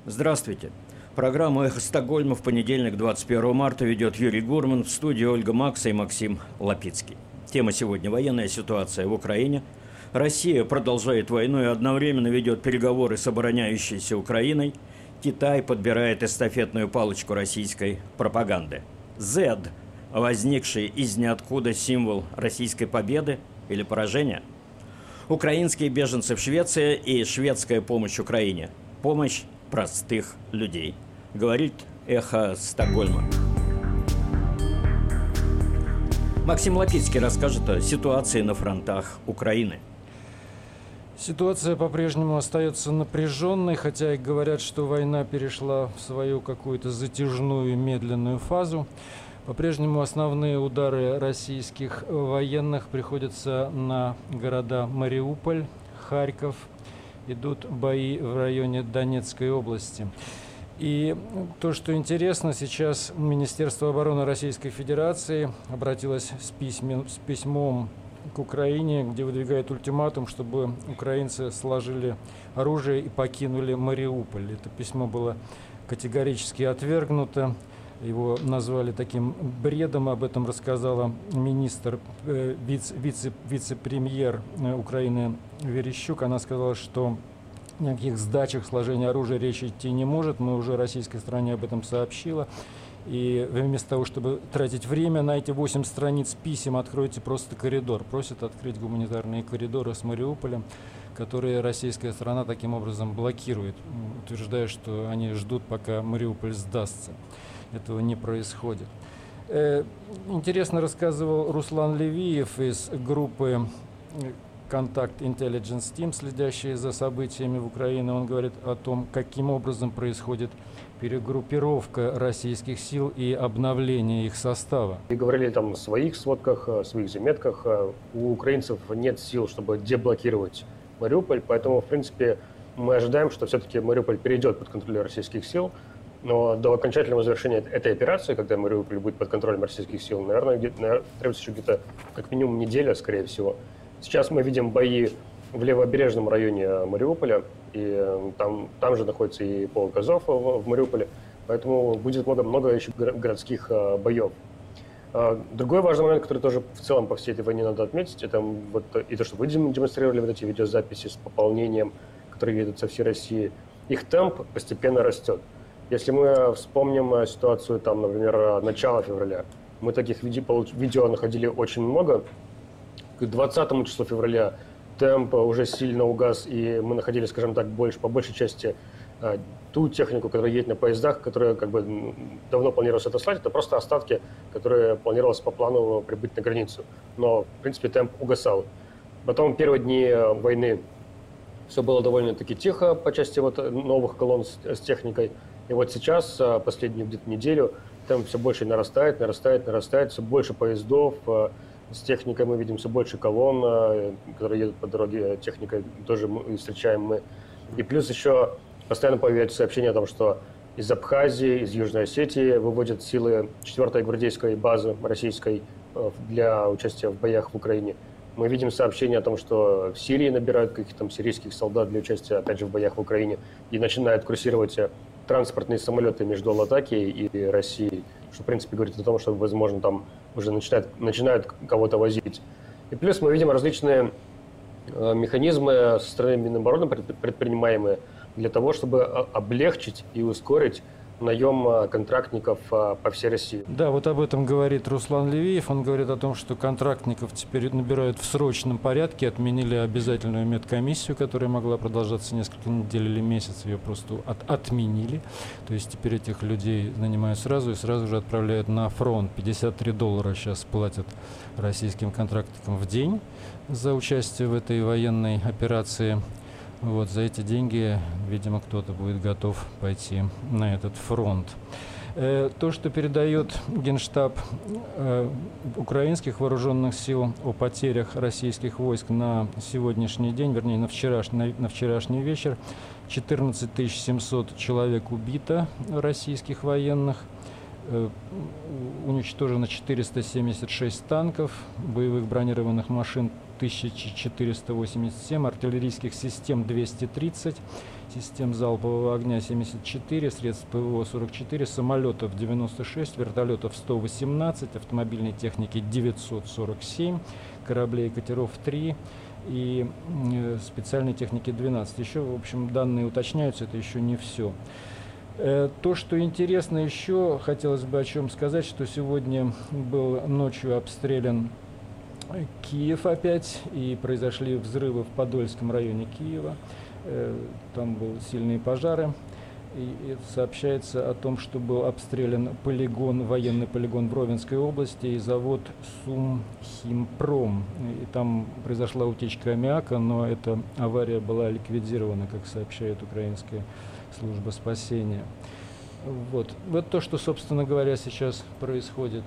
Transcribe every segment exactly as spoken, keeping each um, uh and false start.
Здравствуйте. Программу «Эхо Стокгольма» в понедельник, двадцать первого марта, ведет Юрий Гурман, в студии Ольга Макса и Максим Лапицкий. Тема сегодня – военная ситуация в Украине. Россия продолжает войну и одновременно ведет переговоры с обороняющейся Украиной. Китай подбирает эстафетную палочку российской пропаганды. Z, возникший из ниоткуда символ российской победы или поражения. Украинские беженцы в Швеции и шведская помощь Украине. Помощь простых людей. Говорит «Эхо Стокгольма». Максим Лапицкий расскажет о ситуации на фронтах Украины. Ситуация по-прежнему остается напряженной, хотя и говорят, что война перешла в свою какую-то затяжную медленную фазу. По-прежнему основные удары российских военных приходятся на города Мариуполь, Харьков. Идут бои в районе Донецкой области. И то, что интересно, сейчас Министерство обороны Российской Федерации обратилось с, письмен, с письмом к Украине, где выдвигает ультиматум, чтобы украинцы сложили оружие и покинули Мариуполь. Это письмо было категорически отвергнуто. Его назвали таким бредом, об этом рассказала министр, э, вице, вице, вице-премьер Украины Верещук. Она сказала, что ни о каких сдачах, сложении оружия речи идти не может. Мы уже российской стороне об этом сообщила. И вместо того, чтобы тратить время на эти восемь страниц писем, откройте просто коридор. Просят открыть гуманитарные коридоры с Мариуполем, которые российская сторона таким образом блокирует, утверждая, что они ждут, пока Мариуполь сдастся. Этого не происходит. Интересно рассказывал Руслан Левиев из группы «Контакт Intelligence Team», следящие за событиями в Украине. Он говорит о том, каким образом происходит перегруппировка российских сил и обновление их состава. И говорили там о своих сводках, о своих заметках. У украинцев нет сил, чтобы деблокировать Мариуполь, поэтому, в принципе, мы ожидаем, что все-таки Мариуполь перейдет под контроль российских сил. Но до окончательного завершения этой операции, когда Мариуполь будет под контролем российских сил, наверное, наверное требуется еще где-то как минимум неделя, скорее всего. Сейчас мы видим бои в левобережном районе Мариуполя, и там, там же находится и полк Азов в, в Мариуполе, поэтому будет много-много еще городских боев. Другой важный момент, который тоже в целом по всей этой войне надо отметить, это вот и то, что вы демонстрировали вот эти видеозаписи с пополнением, которые едут со всей России. Их темп постепенно растет. Если мы вспомним ситуацию, там, например, начала февраля, мы таких видео находили очень много. К двадцатому числу февраля темп уже сильно угас, и мы находили, скажем так, больше, по большей части ту технику, которая едет на поездах, которая как бы давно планировалось отослать. Это просто остатки, которые планировалось по плану прибыть на границу. Но, в принципе, темп угасал. Потом первые дни войны все было довольно-таки тихо по части вот новых колонн с, с техникой. И вот сейчас, последнюю где-то неделю, темп все больше нарастает, нарастает, нарастает, все больше поездов. С техникой мы видим все больше колонн, которые едут по дороге, техникой тоже мы встречаем мы. И плюс еще постоянно появляются сообщения о том, что из Абхазии, из Южной Осетии выводят силы четвёртой гвардейской базы российской для участия в боях в Украине. Мы видим сообщения о том, что в Сирии набирают каких-то там сирийских солдат для участия, опять же, в боях в Украине, и начинают курсировать транспортные самолеты между Латакией и Россией, что, в принципе, говорит о том, что, возможно, там уже начинают, начинают кого-то возить. И плюс мы видим различные э, механизмы со стороны Минобороны, предпринимаемые для того, чтобы облегчить и ускорить наем контрактников по всей России. Да, вот об этом говорит Руслан Левиев. Он говорит о том, что контрактников теперь набирают в срочном порядке. Отменили обязательную медкомиссию, которая могла продолжаться несколько недель или месяц. Ее просто от, отменили. То есть теперь этих людей нанимают сразу и сразу же отправляют на фронт. пятьдесят три доллара сейчас платят российским контрактникам в день за участие в этой военной операции. Вот, за эти деньги, видимо, кто-то будет готов пойти на этот фронт. Э, то, что передает Генштаб э, украинских вооруженных сил о потерях российских войск на сегодняшний день, вернее, на вчерашний, на вчерашний вечер, четырнадцать тысяч семьсот человек убито российских военных, Уничтожено четыреста семьдесят шесть танков, боевых бронированных машин тысяча четыреста восемьдесят семь, артиллерийских систем двести тридцать, систем залпового огня семьдесят четыре, средств ПВО сорок четыре, самолетов девяносто шесть, вертолетов сто восемнадцать, автомобильной техники девятьсот сорок семь, кораблей и катеров три и специальной техники двенадцать. Еще, в общем, данные уточняются, это еще не все. То, что интересно еще, хотелось бы о чем сказать, что сегодня был ночью обстрелян Киев опять, и произошли взрывы в Подольском районе Киева. Там были сильные пожары. И сообщается о том, что был обстрелян полигон, военный полигон в Ровенской области и завод Сумхимпром. И там произошла утечка аммиака, но эта авария была ликвидирована, как сообщает украинская служба спасения. Вот. Вот то, что, собственно говоря, сейчас происходит.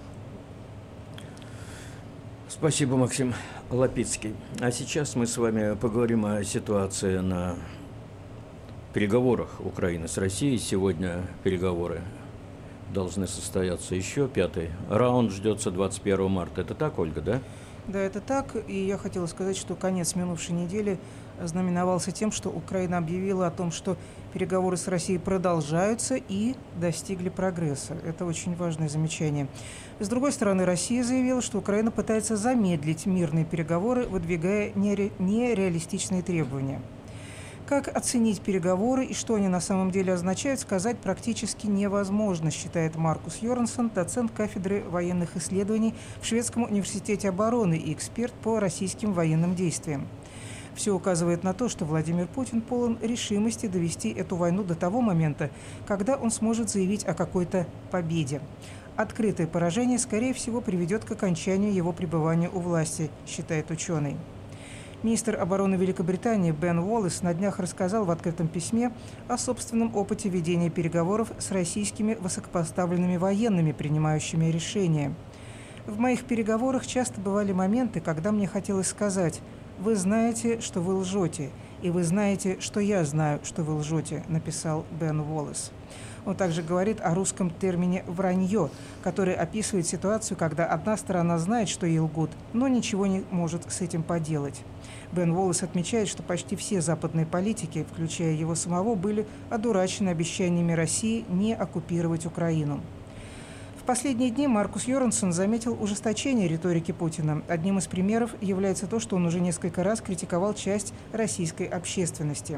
Спасибо, Максим Лапицкий. А сейчас мы с вами поговорим о ситуации на переговорах Украины с Россией. Сегодня переговоры должны состояться еще. Пятый раунд ждется двадцать первого марта. Это так, Ольга, да? Да, это так. И я хотела сказать, что конец минувшей недели знаменовался тем, что Украина объявила о том, что переговоры с Россией продолжаются и достигли прогресса. Это очень важное замечание. С другой стороны, Россия заявила, что Украина пытается замедлить мирные переговоры, выдвигая нере- нереалистичные требования. Как оценить переговоры и что они на самом деле означают, сказать практически невозможно, считает Маркус Йорансон, доцент кафедры военных исследований в Шведском университете обороны и эксперт по российским военным действиям. Все указывает на то, что Владимир Путин полон решимости довести эту войну до того момента, когда он сможет заявить о какой-то победе. Открытое поражение, скорее всего, приведет к окончанию его пребывания у власти, считает ученый. Министр обороны Великобритании Бен Уоллес на днях рассказал в открытом письме о собственном опыте ведения переговоров с российскими высокопоставленными военными, принимающими решения. «В моих переговорах часто бывали моменты, когда мне хотелось сказать: «Вы знаете, что вы лжете, и вы знаете, что я знаю, что вы лжете», — написал Бен Уоллес. Он также говорит о русском термине «вранье», который описывает ситуацию, когда одна сторона знает, что ей лгут, но ничего не может с этим поделать. Бен Уоллес отмечает, что почти все западные политики, включая его самого, были одурачены обещаниями России не оккупировать Украину. В последние дни Маркус Йорансон заметил ужесточение риторики Путина. Одним из примеров является то, что он уже несколько раз критиковал часть российской общественности.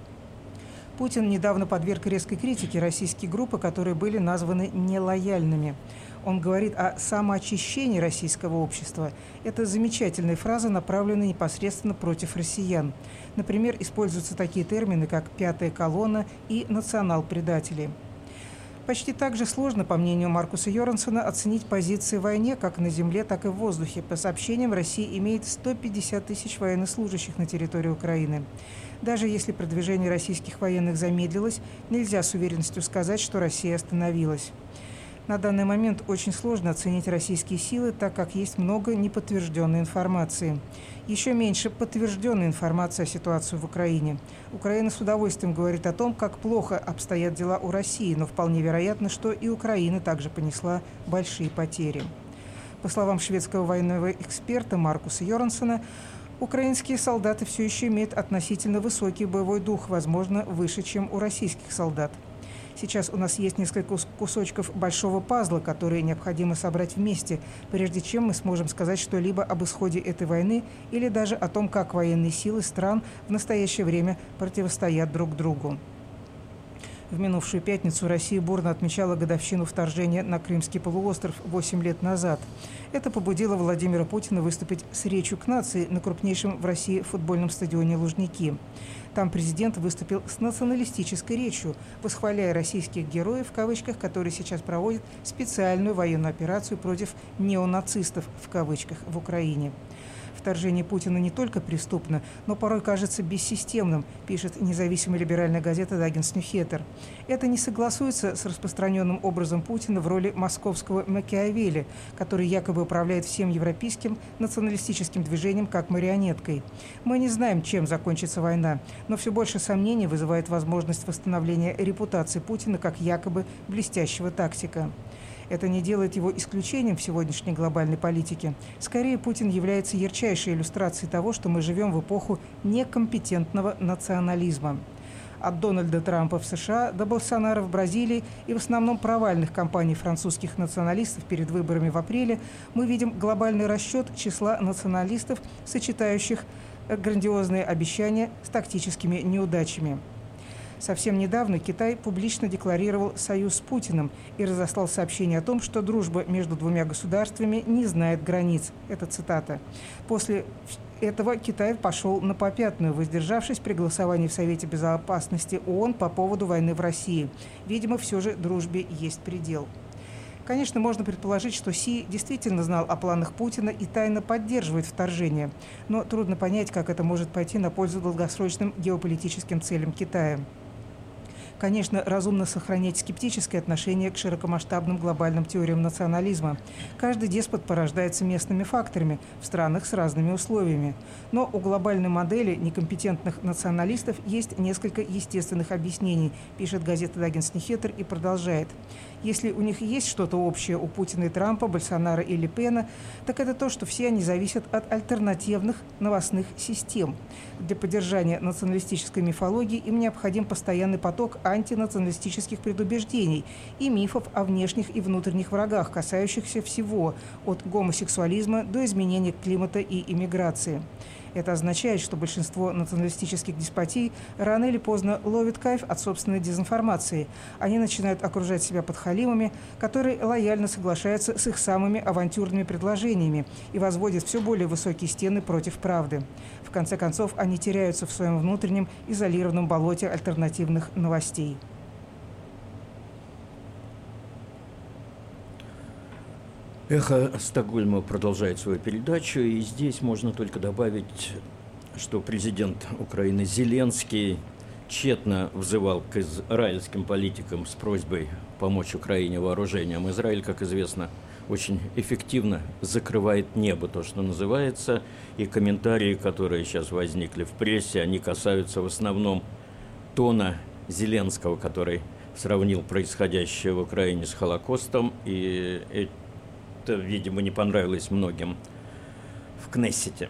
Путин недавно подверг резкой критике российские группы, которые были названы нелояльными. Он говорит о самоочищении российского общества. Это замечательная фраза, направленная непосредственно против россиян. Например, используются такие термины, как «пятая колонна» и «национал-предатели». Почти так же сложно, по мнению Маркуса Йорансона, оценить позиции в войне как на земле, так и в воздухе. По сообщениям, Россия имеет сто пятьдесят тысяч военнослужащих на территории Украины. Даже если продвижение российских военных замедлилось, нельзя с уверенностью сказать, что Россия остановилась. На данный момент очень сложно оценить российские силы, так как есть много неподтвержденной информации. Еще меньше подтвержденной информации о ситуации в Украине. Украина с удовольствием говорит о том, как плохо обстоят дела у России, но вполне вероятно, что и Украина также понесла большие потери. По словам шведского военного эксперта Маркуса Йорансона, украинские солдаты все еще имеют относительно высокий боевой дух, возможно, выше, чем у российских солдат. Сейчас у нас есть несколько кусочков большого пазла, которые необходимо собрать вместе, прежде чем мы сможем сказать что-либо об исходе этой войны или даже о том, как военные силы стран в настоящее время противостоят друг другу. В минувшую пятницу Россия бурно отмечала годовщину вторжения на Крымский полуостров восемь лет назад. Это побудило Владимира Путина выступить с речью к нации на крупнейшем в России футбольном стадионе «Лужники». Там президент выступил с националистической речью, восхваляя российских героев, в кавычках, которые сейчас проводят специальную военную операцию против неонацистов, в кавычках, в Украине. Вторжение Путина не только преступно, но порой кажется бессистемным, пишет независимая либеральная газета «Даггинс Ньюхеттер». Это не согласуется с распространенным образом Путина в роли московского Макиавелли, который якобы управляет всем европейским националистическим движением как марионеткой. Мы не знаем, чем закончится война, но все больше сомнений вызывает возможность восстановления репутации Путина как якобы блестящего тактика. Это не делает его исключением в сегодняшней глобальной политике. Скорее, Путин является ярчайшей иллюстрацией того, что мы живем в эпоху некомпетентного национализма. От Дональда Трампа в США до Болсонaro в Бразилии и в основном провальных кампаний французских националистов перед выборами в апреле мы видим глобальный расчет числа националистов, сочетающих грандиозные обещания с тактическими неудачами. Совсем недавно Китай публично декларировал союз с Путиным и разослал сообщение о том, что дружба между двумя государствами не знает границ. Это цитата. После этого Китай пошел на попятную, воздержавшись при голосовании в Совете Безопасности ООН по поводу войны в России. Видимо, все же дружбе есть предел. Конечно, можно предположить, что Си действительно знал о планах Путина и тайно поддерживает вторжение, но трудно понять, как это может пойти на пользу долгосрочным геополитическим целям Китая. Конечно, разумно сохранять скептическое отношение к широкомасштабным глобальным теориям национализма. Каждый деспот порождается местными факторами в странах с разными условиями. Но у глобальной модели некомпетентных националистов есть несколько естественных объяснений, пишет газета «Даггинс Ньюхеттер» и продолжает. Если у них есть что-то общее у Путина и Трампа, Болсонaro и Ле Пена, так это то, что все они зависят от альтернативных новостных систем. Для поддержания националистической мифологии им необходим постоянный поток антинационалистических предубеждений и мифов о внешних и внутренних врагах, касающихся всего, от гомосексуализма до изменения климата и иммиграции. Это означает, что большинство националистических деспотий рано или поздно ловит кайф от собственной дезинформации. Они начинают окружать себя подхалимами, которые лояльно соглашаются с их самыми авантюрными предложениями и возводят все более высокие стены против правды. В конце концов, они теряются в своем внутреннем изолированном болоте альтернативных новостей. «Эхо Стокгольма» продолжает свою передачу, и здесь можно только добавить, что президент Украины Зеленский тщетно взывал к израильским политикам с просьбой помочь Украине вооружением. Израиль, как известно, очень эффективно закрывает небо, то, что называется, и комментарии, которые сейчас возникли в прессе, они касаются в основном тона Зеленского, который сравнил происходящее в Украине с Холокостом, и это, видимо, не понравилось многим в Кнессете.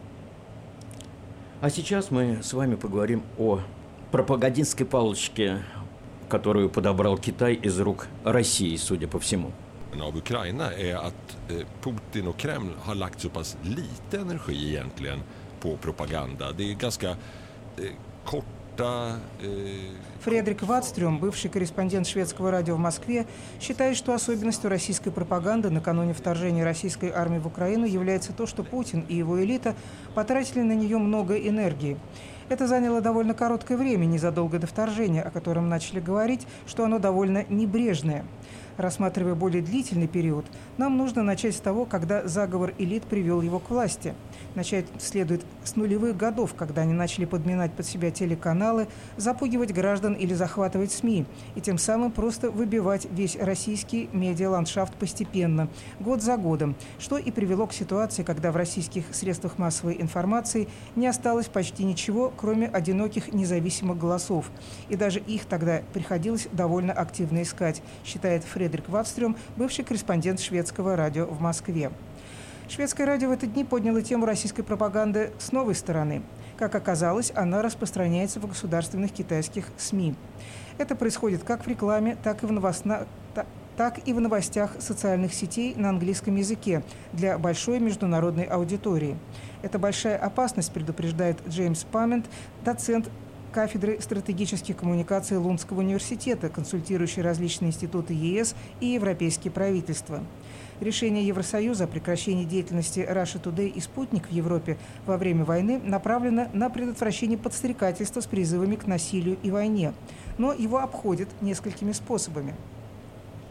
А сейчас мы с вами поговорим о пропагандистской палочке, которую подобрал Китай из рук России, судя по всему. Av Ukraina är att Putin och Kreml har lagt så pass lite energi egentligen på propaganda. Det är ganska korta... Фредерик Вадстрём, бывший корреспондент шведского радио в Москве, считает, что особенностью российской пропаганды накануне вторжения российской армии в Украину является то, что Путин и его элита потратили на нее много энергии. Это заняло довольно короткое время, незадолго до вторжения, о котором начали говорить, что оно довольно небрежное. Рассматривая более длительный период, нам нужно начать с того, когда заговор элит привел его к власти. Начать следует с нулевых годов, когда они начали подминать под себя телеканалы, запугивать граждан или захватывать СМИ, и тем самым просто выбивать весь российский медиаландшафт постепенно, год за годом, что и привело к ситуации, когда в российских средствах массовой информации не осталось почти ничего, кроме одиноких независимых голосов. И даже их тогда приходилось довольно активно искать, считает Фредерик Вадстрём, бывший корреспондент шведского радио в Москве. Шведское радио в эти дни подняло тему российской пропаганды с новой стороны. Как оказалось, она распространяется в государственных китайских СМИ. Это происходит как в рекламе, так и в, новостна... так и в новостях социальных сетей на английском языке для большой международной аудитории. Это большая опасность, предупреждает Джеймс Памент, доцент кафедры стратегических коммуникаций Лундского университета, консультирующий различные институты ЕС и европейские правительства. Решение Евросоюза о прекращении деятельности Russia Today и «Спутник» в Европе во время войны направлено на предотвращение подстрекательства с призывами к насилию и войне, но его обходят несколькими способами.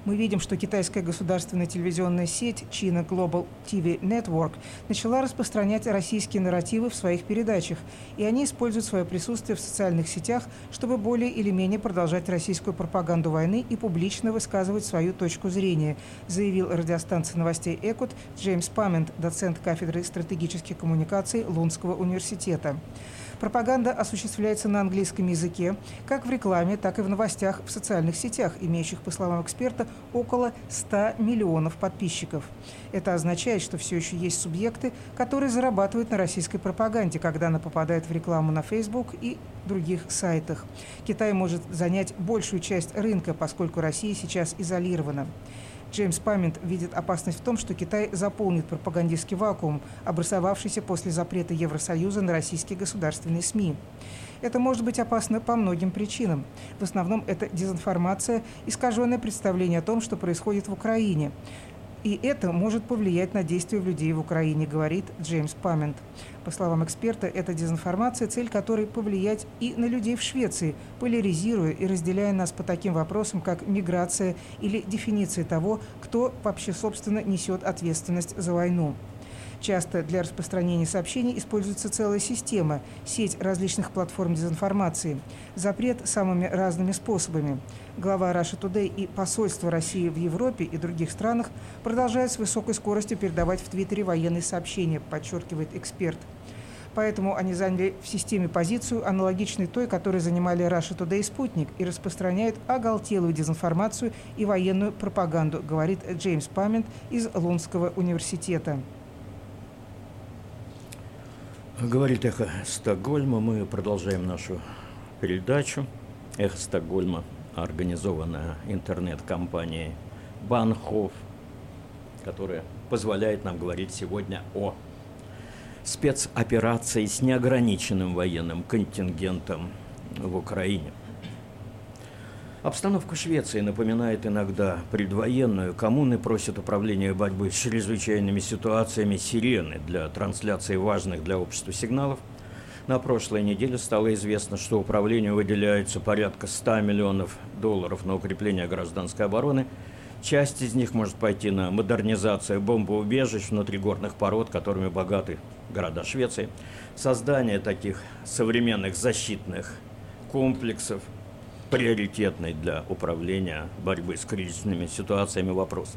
мы видим, что китайская государственная телевизионная сеть China Global ти ви Network начала распространять российские нарративы в своих передачах, и они используют свое присутствие в социальных сетях, чтобы более или менее продолжать российскую пропаганду войны и публично высказывать свою точку зрения, заявил радиостанция новостей «Экот» Джеймс Памент, доцент кафедры стратегических коммуникаций Лунского университета. Пропаганда осуществляется на английском языке, как в рекламе, так и в новостях в социальных сетях, имеющих, по словам эксперта, около ста миллионов подписчиков. Это означает, что все еще есть субъекты, которые зарабатывают на российской пропаганде, когда она попадает в рекламу на Facebook и других сайтах. Китай может занять большую часть рынка, поскольку Россия сейчас изолирована. Джеймс Памент видит опасность в том, что Китай заполнит пропагандистский вакуум, образовавшийся после запрета Евросоюза на российские государственные СМИ. Это может быть опасно по многим причинам. В основном это дезинформация, искаженное представление о том, что происходит в Украине. И это может повлиять на действия людей в Украине, говорит Джеймс Памент. По словам эксперта, эта дезинформация, цель которой повлиять и на людей в Швеции, поляризируя и разделяя нас по таким вопросам, как миграция или дефиниция того, кто вообще, собственно, несет ответственность за войну. Часто для распространения сообщений используется целая система, сеть различных платформ дезинформации, запрет самыми разными способами. Глава Russia Today и посольство России в Европе и других странах продолжают с высокой скоростью передавать в Твиттере военные сообщения, подчеркивает эксперт. Поэтому они заняли в системе позицию, аналогичной той, которой занимали Russia Today и Спутник, и распространяют оголтелую дезинформацию и военную пропаганду, говорит Джеймс Памент из Лунского университета. Говорит «Эхо Стокгольма». Мы продолжаем нашу передачу. «Эхо Стокгольма» организована интернет-компанией Банхоф, которая позволяет нам говорить сегодня о спецоперации с неограниченным военным контингентом в Украине. Обстановка в Швеции напоминает иногда предвоенную. Коммуны просят управления борьбы с чрезвычайными ситуациями сирены для трансляции важных для общества сигналов. На прошлой неделе стало известно, что управлению выделяется порядка ста миллионов долларов на укрепление гражданской обороны. Часть из них может пойти на модернизацию бомбоубежищ внутригорных пород, которыми богаты города Швеции, создание таких современных защитных комплексов, приоритетный для управления борьбы с кризисными ситуациями вопрос.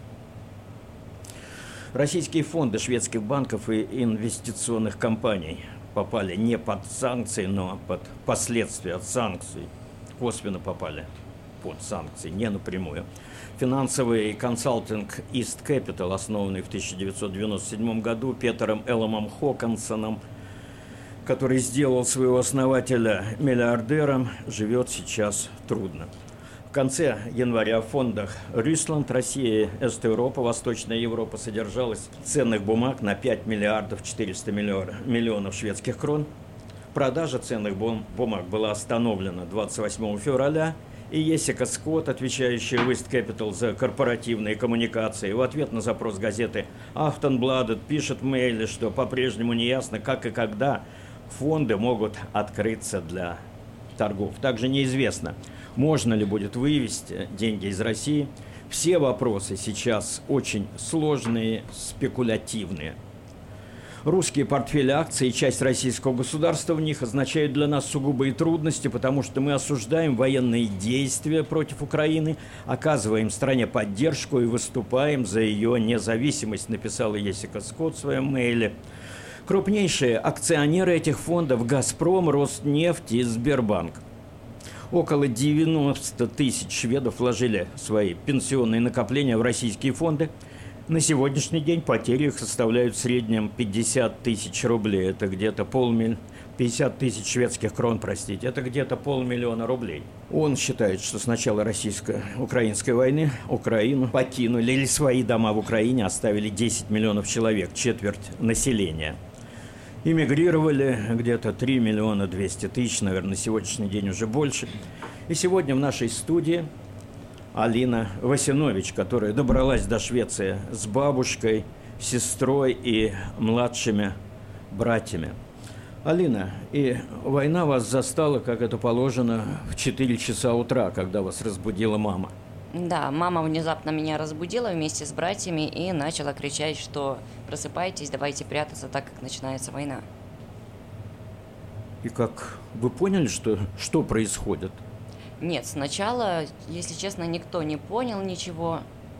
Российские фонды шведских банков и инвестиционных компаний попали не под санкции, но под последствия от санкций. Косвенно попали под санкции, не напрямую. Финансовый консалтинг East Capital, основанный в тысяча девятьсот девяносто седьмом году Петером Эломом Хоконсоном, который сделал своего основателя миллиардером, живет сейчас трудно. В конце января в фондах Русланд, Россия, Эст-Европа, Восточная Европа содержалось ценных бумаг на пять миллиардов четыреста миллионов шведских крон. Продажа ценных бумаг была остановлена двадцать восьмого февраля, и Есика Скотт, отвечающая в East Capital за корпоративные коммуникации, в ответ на запрос газеты Aftonbladet пишет в мейле, что по-прежнему неясно, как и когда фонды могут открыться для торгов. Также неизвестно, можно ли будет вывести деньги из России. Все вопросы сейчас очень сложные, спекулятивные. Русские портфели акций и часть российского государства в них означают для нас сугубые трудности, потому что мы осуждаем военные действия против Украины, оказываем стране поддержку и выступаем за ее независимость, написала Есика Скотт в своем мейле. Крупнейшие акционеры этих фондов – «Газпром», «Роснефть» и «Сбербанк». Около девяноста тысяч шведов вложили свои пенсионные накопления в российские фонды. На сегодняшний день потери их составляют в среднем пятьдесят тысяч рублей. Это где-то полмиллиона, пятьдесят тысяч шведских крон, простите. Это где-то полмиллиона рублей. Он считает, что с начала российско-украинской войны Украину покинули или свои дома в Украине оставили десять миллионов человек, четверть населения. Эмигрировали где-то три миллиона двести тысяч, наверное, на сегодняшний день уже больше. И сегодня в нашей студии Алина Васинович, которая добралась до Швеции с бабушкой, сестрой и младшими братьями. Алина, и война вас застала, как это положено, в четыре часа утра, когда вас разбудила мама. Да, мама внезапно меня разбудила вместе с братьями и начала кричать, что просыпайтесь, давайте прятаться, так как начинается война. И как вы поняли, что, что происходит? Нет, сначала, если честно, никто не понял ничего.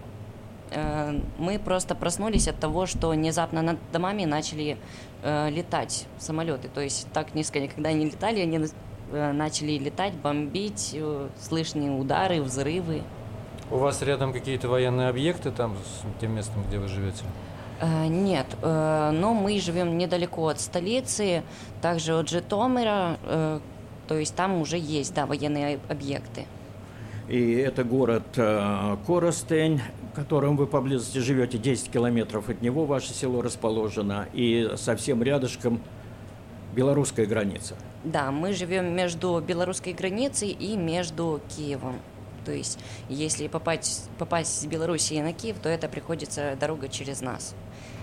Э, Мы просто проснулись от того, что внезапно над домами начали э, летать самолеты. То есть так низко никогда не летали, они э, начали летать, бомбить, э, слышны удары, взрывы. У вас рядом какие-то военные объекты там с тем местом, где вы живете? Э, Нет, э, но мы живем недалеко от столицы, также от Житомира, э, то есть там уже есть, да, военные объекты. И это город э, Коростень, в котором вы поблизости живете, десять километров от него ваше село расположено, и совсем рядышком белорусская граница. Да, мы живем между белорусской границей и между Киевом. То есть, если попасть, попасть из Белоруссии на Киев, то это приходится дорога через нас.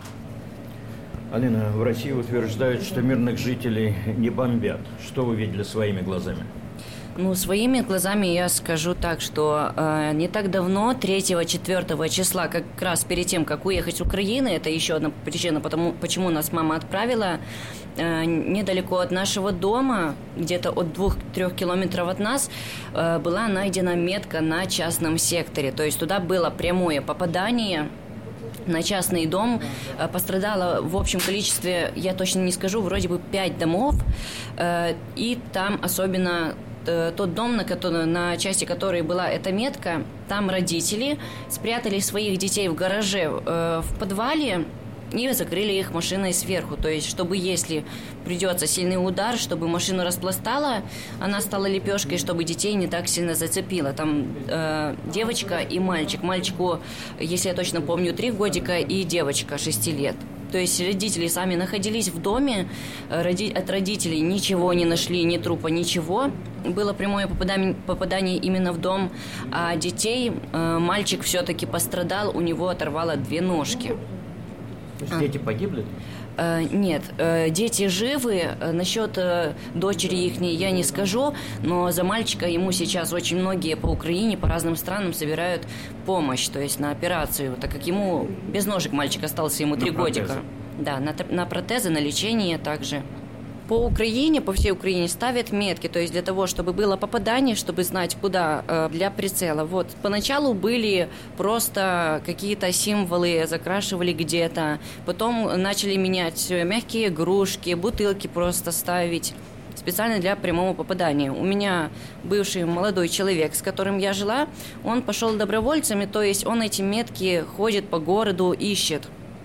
Алина, в России утверждают, что мирных жителей не бомбят. Что вы видели своими глазами? Ну, своими глазами я скажу так, что э, не так давно, третьего-четвёртого числа, как раз перед тем, как уехать с Украины, это еще одна причина, потому, почему нас мама отправила, э, недалеко от нашего дома, где-то от двух-трех километров от нас, э, была найдена метка на частном секторе. То есть туда было прямое попадание на частный дом. Пострадало в общем количестве, я точно не скажу, вроде бы пять домов, э, и там особенно тот дом, на, который, на части которой была эта метка, там родители спрятали своих детей в гараже э, в подвале и закрыли их машиной сверху. То есть, чтобы если придется сильный удар, чтобы машину распластала, она стала лепешкой, чтобы детей не так сильно зацепило. Там э, девочка и мальчик. Мальчику, если я точно помню, три годика, и девочка шести лет. То есть родители сами находились в доме, роди- от родителей ничего не нашли, ни трупа, ничего. Было прямое попадание, попадание именно в дом, а детей э, мальчик все-таки пострадал, у него оторвало две ножки. То есть дети погибли? Э, нет, э, дети живы. Э, насчет э, дочери ихней я не скажу, но за мальчика ему сейчас очень многие по Украине, по разным странам собирают помощь, то есть на операцию, так как ему без ножек мальчик остался, ему три годика. Да, на, на протезы, на лечение также. По Украине, по всей Украине ставят метки, то есть для того, чтобы было попадание, чтобы знать, куда э, для прицела. Вот поначалу были просто какие-то символы, закрашивали где-то, потом начали менять мягкие игрушки, бутылки просто ставить специально для прямого попадания. У меня бывший молодой человек, с которым я жила, он пошел добровольцами, то есть он эти метки ходит по городу, ищет.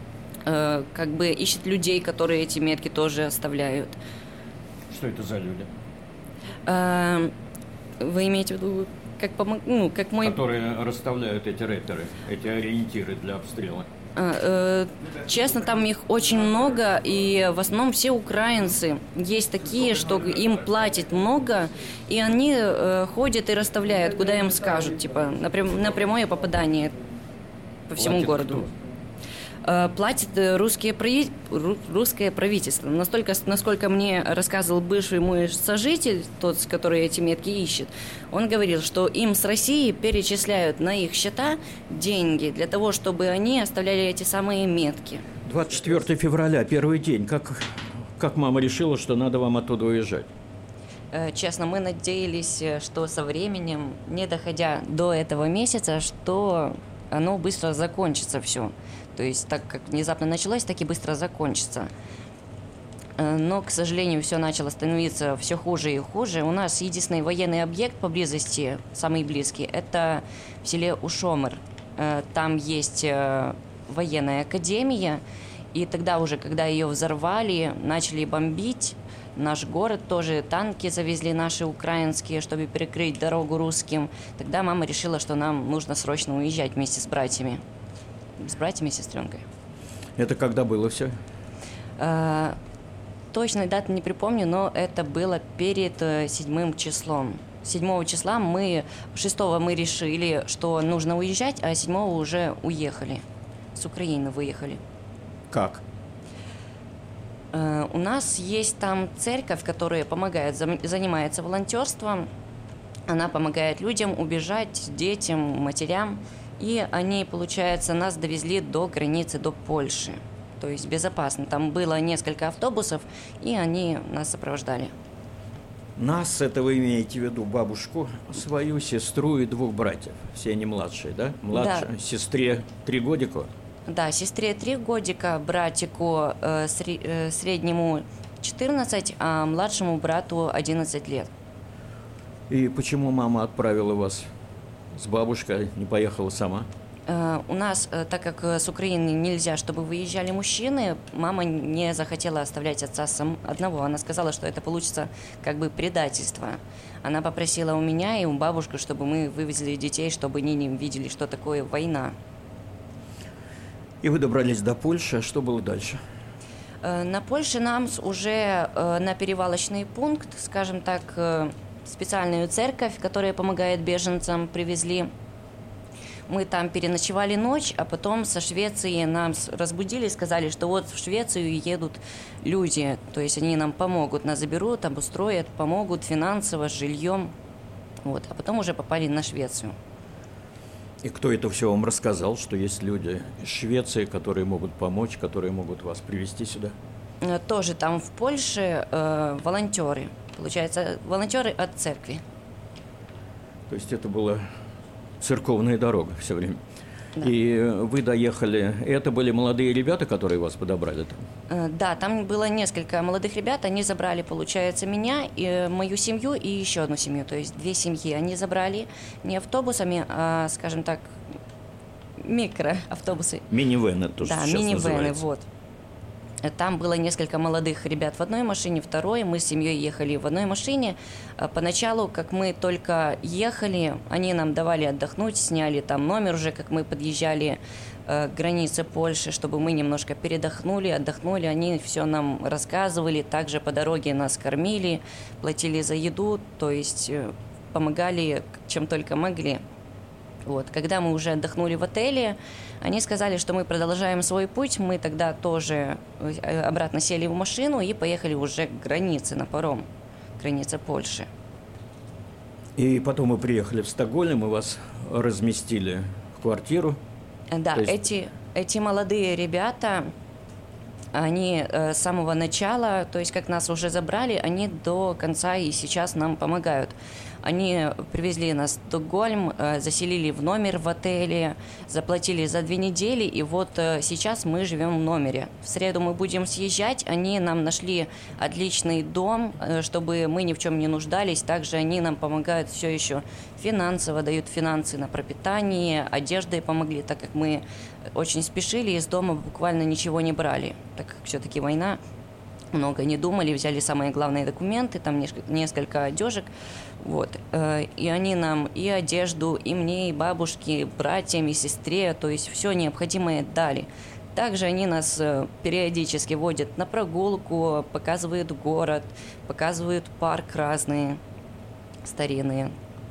Как бы ищет людей, которые эти метки тоже оставляют. Что это за люди? А, вы имеете в виду, как, помог... ну, как мой... Которые расставляют эти рэперы, эти ориентиры для обстрела? А, э, честно, там их очень много, и в основном все украинцы. Есть такие, что им платят много, и они э, ходят и расставляют, куда им скажут, типа, на, прям... на прямое попадание по всему Платит городу. Кто? Платит русские прави... русское правительство. Настолько, насколько мне рассказывал бывший мой сожитель, тот, который эти метки ищет, он говорил, что им с России перечисляют на их счета деньги для того, чтобы они оставляли эти самые метки. двадцать четвёртого февраля, первый день. Как, как мама решила, что надо вам оттуда уезжать? Честно, мы надеялись, что со временем, не доходя до этого месяца, что оно быстро закончится все. То есть так как внезапно началось, так и быстро закончится. Но, к сожалению, все начало становиться все хуже и хуже. У нас единственный военный объект поблизости, самый близкий, это в селе Ушомыр. Там есть военная академия, и тогда уже, когда ее взорвали, начали бомбить наш город, тоже танки завезли наши украинские, чтобы перекрыть дорогу русским. Тогда мама решила, что нам нужно срочно уезжать вместе с братьями. С братьями и сестренкой. Это когда было все? А, точной даты не припомню, но это было перед седьмым числом. Седьмого числа мы, шестого мы решили, что нужно уезжать, а седьмого уже уехали. С Украины выехали. Как? А, у нас есть там церковь, которая помогает, занимается волонтерством. Она помогает людям убежать, детям, матерям. И они, получается, нас довезли до границы, до Польши. То есть безопасно. Там было несколько автобусов, и они нас сопровождали. Нас, это вы имеете в виду бабушку, свою сестру и двух братьев. Все они младшие, да? Младшей Да. Сестре три годика? Да, сестре три годика, братику э, сре- э, среднему четырнадцать, а младшему брату одиннадцать лет. И почему мама отправила вас с бабушкой, не поехала сама? Э, у нас, э, так как э, с Украины нельзя, чтобы выезжали мужчины, мама не захотела оставлять отца сам одного. Она сказала, что это получится как бы предательство. Она попросила у меня и у бабушки, чтобы мы вывезли детей, чтобы они не видели, что такое война. И вы добрались до Польши, а что было дальше? Э, На Польше нам с- уже э, на перевалочный пункт, скажем так, э, специальную церковь, которая помогает беженцам, привезли. Мы там переночевали ночь, а потом со Швеции нам с- разбудили, сказали, что вот в Швецию едут люди, то есть они нам помогут, нас заберут, обустроят, помогут финансово, с жильем. Вот. А потом уже попали на Швецию. И кто это все вам рассказал, что есть люди из Швеции, которые могут помочь, которые могут вас привезти сюда? Э, Тоже там в Польше э, волонтеры, получается, волонтеры от церкви. То есть это была церковная дорога все время. Да. И вы доехали. И это были молодые ребята, которые вас подобрали там? Э, Да, там было несколько молодых ребят, они забрали, получается, меня, и мою семью и еще одну семью, то есть две семьи. Они забрали не автобусами, а, скажем так, микроавтобусы. Минивены тоже Да, сейчас минивены, называется. вот. Э, Там было несколько молодых ребят в одной машине, второй. Мы с семьей ехали в одной машине. А Поначалу, как мы только ехали, они нам давали отдохнуть, сняли там номер уже, как мы подъезжали э, к границе Польши, чтобы мы немножко передохнули, отдохнули. Они все нам рассказывали, также по дороге нас кормили, платили за еду, то есть э, помогали, чем только могли. Вот. Когда мы уже отдохнули в отеле, они сказали, что мы продолжаем свой путь. Мы тогда тоже э, обратно сели в машину и поехали уже к границе на паром, к границе Польши. И потом мы приехали в Стокгольм, и вас разместили в квартиру. Э, Да, То есть- эти, эти молодые ребята, они э, с самого начала, то есть как нас уже забрали, они до конца и сейчас нам помогают. Они привезли нас в Стокгольм, э, заселили в номер в отеле, заплатили за две недели, и вот э, сейчас мы живем в номере. В среду мы будем съезжать, они нам нашли отличный дом, э, чтобы мы ни в чем не нуждались. Также они нам помогают все еще финансово, дают финансы на пропитание, одеждой помогли, так как мы очень спешили, из дома буквально ничего не брали, так как все-таки война. Много не думали, взяли самые главные документы, там несколько, несколько одежек, вот. Э, И они нам и одежду, и мне, и бабушке, и братьям, и сестре, то есть все необходимое дали. Также они нас э, периодически водят на прогулку, показывают город, показывают парк разные, старинные.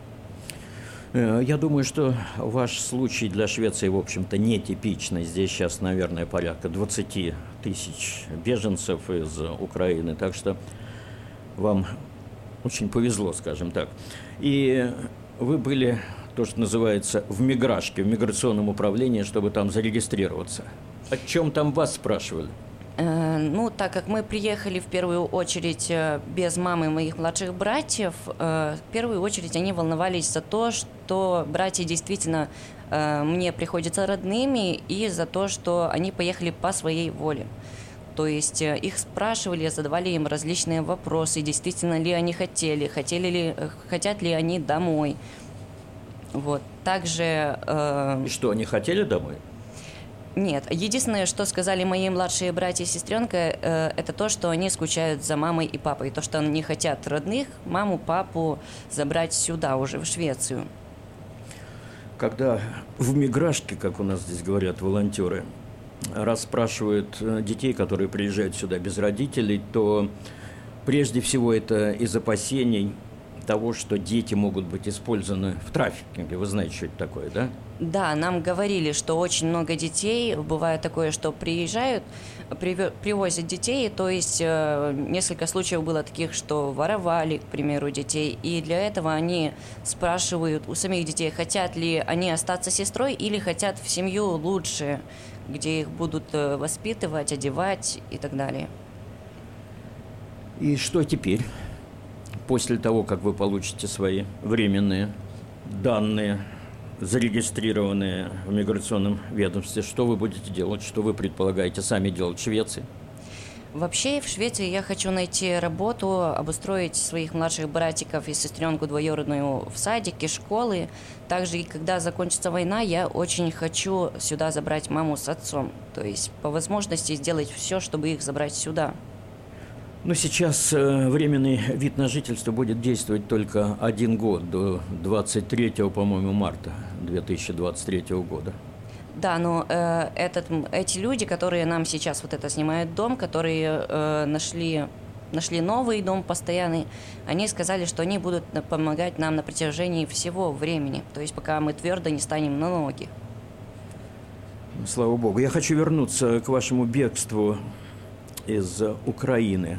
Э, Я думаю, что ваш случай для Швеции, в общем-то, нетипичный. Здесь сейчас, наверное, порядка двадцать тысяч беженцев из Украины. Так что вам очень повезло, скажем так. И вы были, то, что называется, в миграшке, в миграционном управлении, чтобы там зарегистрироваться. О чем там вас спрашивали? Э, Ну, так как мы приехали в первую очередь э, без мамы моих младших братьев, э, в первую очередь они волновались за то, что братья действительно э, мне приходятся родными, и за то, что они поехали по своей воле. То есть э, их спрашивали, задавали им различные вопросы, действительно ли они хотели, хотели ли, э, хотят ли они домой. Вот. Также... э, И что, они хотели домой? Нет, единственное, что сказали мои младшие братья и сестренка, э, это то, что они скучают за мамой и папой, то, что они хотят родных, маму, папу забрать сюда, уже в Швецию. Когда в миграшке, как у нас здесь говорят волонтеры, расспрашивают э, детей, которые приезжают сюда без родителей, то прежде всего это из опасений того, что дети могут быть использованы в трафикинге. Вы знаете, что это такое, да? Да, нам говорили, что очень много детей, бывает такое, что приезжают, привё- привозят детей, то есть э, несколько случаев было таких, что воровали, к примеру, детей, и для этого они спрашивают у самих детей, хотят ли они остаться с сестрой или хотят в семью лучше, где их будут э, воспитывать, одевать и так далее. И что теперь, после того, как вы получите свои временные данные, зарегистрированные в миграционном ведомстве, что вы будете делать, что вы предполагаете сами делать в Швеции? Вообще в Швеции я хочу найти работу, обустроить своих младших братиков и сестренку двоюродную в садики, школы. Также, и когда закончится война, я очень хочу сюда забрать маму с отцом. То есть по возможности сделать все, чтобы их забрать сюда. Но сейчас э, временный вид на жительство будет действовать только один год, до двадцать третьего, по-моему, марта две тысячи двадцать третьего года. Да, но э, этот, эти люди, которые нам сейчас вот это снимают дом, которые э, нашли, нашли новый дом постоянный, они сказали, что они будут помогать нам на протяжении всего времени, то есть пока мы твердо не станем на ноги. Слава Богу. Я хочу вернуться к вашему бегству из Украины.